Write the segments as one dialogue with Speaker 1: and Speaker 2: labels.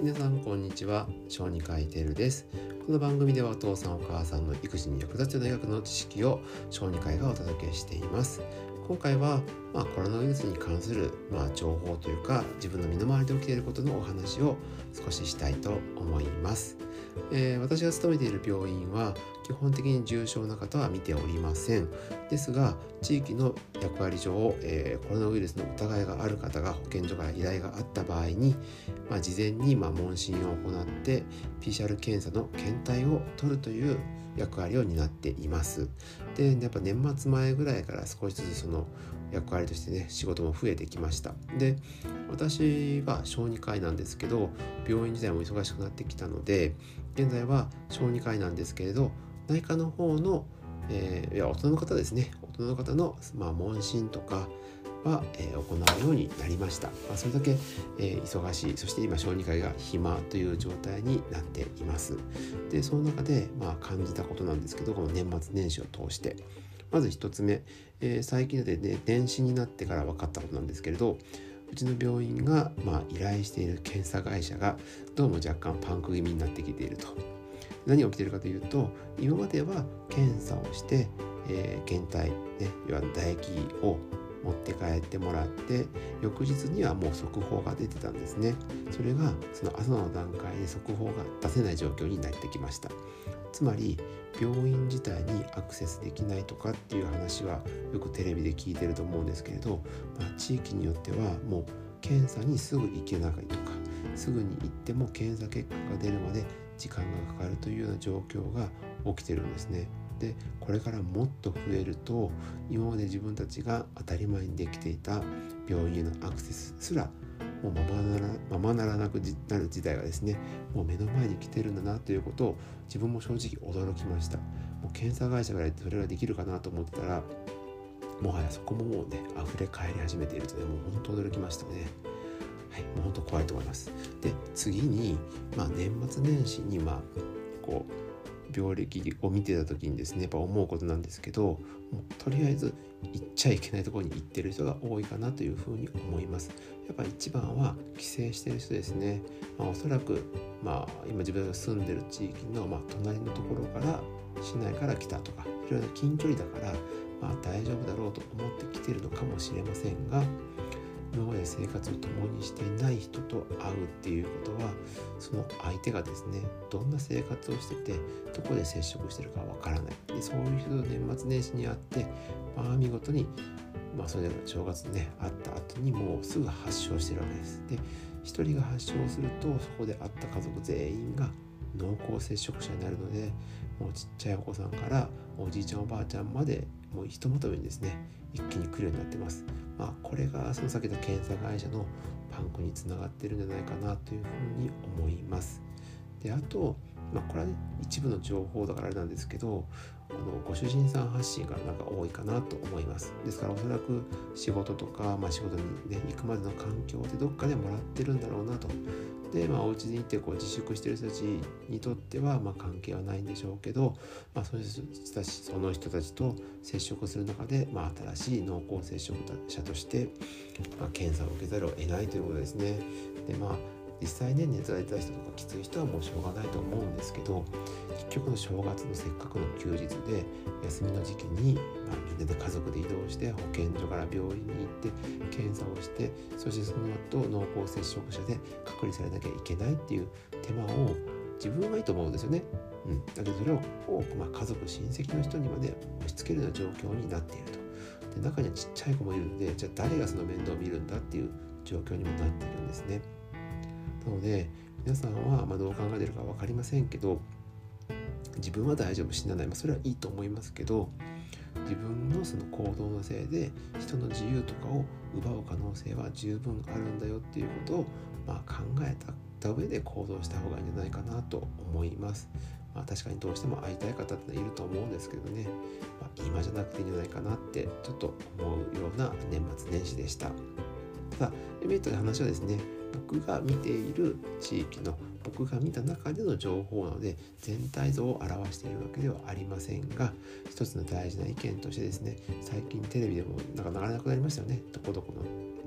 Speaker 1: 皆さんこんにちは。小児科医テルです。この番組ではお父さんお母さんの育児に役立つ大学の知識を小児科医がお届けしています。今回は、コロナウイルスに関する、情報というか自分の身の回りで起きていることのお話を少ししたいと思います。私が勤めている病院は基本的に重症な方は見ておりません。ですが地域の役割上、コロナウイルスの疑いがある方が保健所から依頼があった場合に、事前に問診を行って PCR 検査の検体を取るという役割を担っています。で、やっぱ年末前ぐらいから少しずつその役割としてね仕事も増えてきました。で、私は小児科医なんですけど病院自体も忙しくなってきたので現在は小児科医なんですけれど内科の方の、大人の方ですね、大人の方の、問診とかは、行うようになりました。それだけ、忙しい、そして今小児科医が暇という状態になっています。で、その中で、感じたことなんですけど、この年末年始を通してまず一つ目、最近でね電子になってから分かったことなんですけれど、うちの病院が、依頼している検査会社がどうも若干パンク気味になってきていると。何が起きているかというと、今までは検査をして、検体、要は唾液を持って帰ってもらって翌日にはもう速報が出てたんですね。それがその朝の段階で速報が出せない状況になってきました。つまり病院自体にアクセスできないとかっていう話はよくテレビで聞いてると思うんですけれど、地域によってはもう検査にすぐ行けないとか、すぐに行っても検査結果が出るまで時間がかかるというような状況が起きてるんですね。で、これからもっと増えると今まで自分たちが当たり前にできていた病院へのアクセスすらもうままならなくなる時代がですね、もう目の前に来てるんだなということを自分も正直驚きました。もう検査会社からそれができるかなと思ってたら、もはやそこももうね溢れ返り始めているとね、もう本当驚きましたね。はい、もう本当怖いと思います。で、次に、年末年始にこう病歴を見てた時にですね、やっぱ思うことなんですけど、もうとりあえず行っちゃいけないところに行ってる人が多いかなというふうに思います。やっぱ一番は帰省してる人ですね。おそらく、今自分が住んでる地域の、隣のところから市内から来たとか、いろいろ近距離だから、大丈夫だろうと思って来てるのかもしれませんが、今まで生活を共にしていない人と会うっていうことは、その相手がですねどんな生活をしててどこで接触してるかわからない。で、そういう人と年末年始に会って、見事に、それで正月ね会った後にもうすぐ発症してるわけです。で、一人が発症するとそこで会った家族全員が濃厚接触者になるので、もうちっちゃいお子さんからおじいちゃんおばあちゃんまでもうひとまとめにですね一気に来るようになってます。これがその先の検査会社のパンクにつながっているんじゃないかなというふうに思います。で、あと、これは、一部の情報だからあれなんですけど、ご主人さん発信が多いかなと思います。ですからおそらく仕事とか、仕事に、行くまでの環境でどっかでもらってるんだろうなと。で、お家にいて自粛してる人たちにとっては関係はないんでしょうけど、その人たちと接触する中で、新しい濃厚接触者として、検査を受けざるを得ないということですね。で、実際ね熱が出た人とかきつい人はもうしょうがないと思うんですけど、結局の正月のせっかくの休日で休みの時期に、みんなで家族で移動して保健所から病院に行って検査をして、そしてその後濃厚接触者で隔離されなきゃいけないっていう手間を自分はいいと思うんですよね。だけどそれを家族親戚の人にまで押し付けるような状況になっていると。で、中にはちっちゃい子もいるので、じゃあ誰がその面倒を見るんだっていう状況にもなっているんですね。なので皆さんはどう考えているか分かりませんけど、自分は大丈夫死なない、それはいいと思いますけど、自分のその行動のせいで人の自由とかを奪う可能性は十分あるんだよっていうことを考えた上で行動した方がいいんじゃないかなと思います。確かにどうしても会いたい方っていると思うんですけどね、今じゃなくていいんじゃないかなってちょっと思うような年末年始でした。ただエメリットで話はですね、僕が見ている地域の僕が見た中での情報なので全体像を表しているわけではありませんが、一つの大事な意見としてですね、最近テレビでも流れなくなりましたよね。どこどこの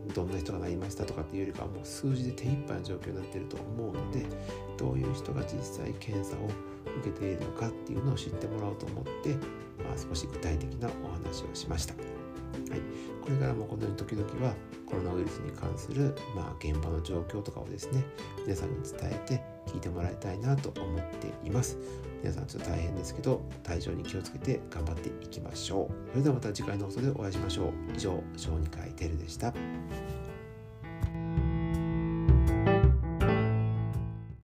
Speaker 1: どんな人がなりましたとかっていうよりかはもう数字で手一杯の状況になっていると思うので、どういう人が実際検査を受けているのかっていうのを知ってもらおうと思って、少し具体的なお話をしました。はい、これからもこのように時々はコロナウイルスに関する、現場の状況とかをですね、皆さんに伝えて聞いてもらいたいなと思っています。皆さんちょっと大変ですけど、体調に気をつけて頑張っていきましょう。それではまた次回の放送でお会いしましょう。以上、小児科医テルでした。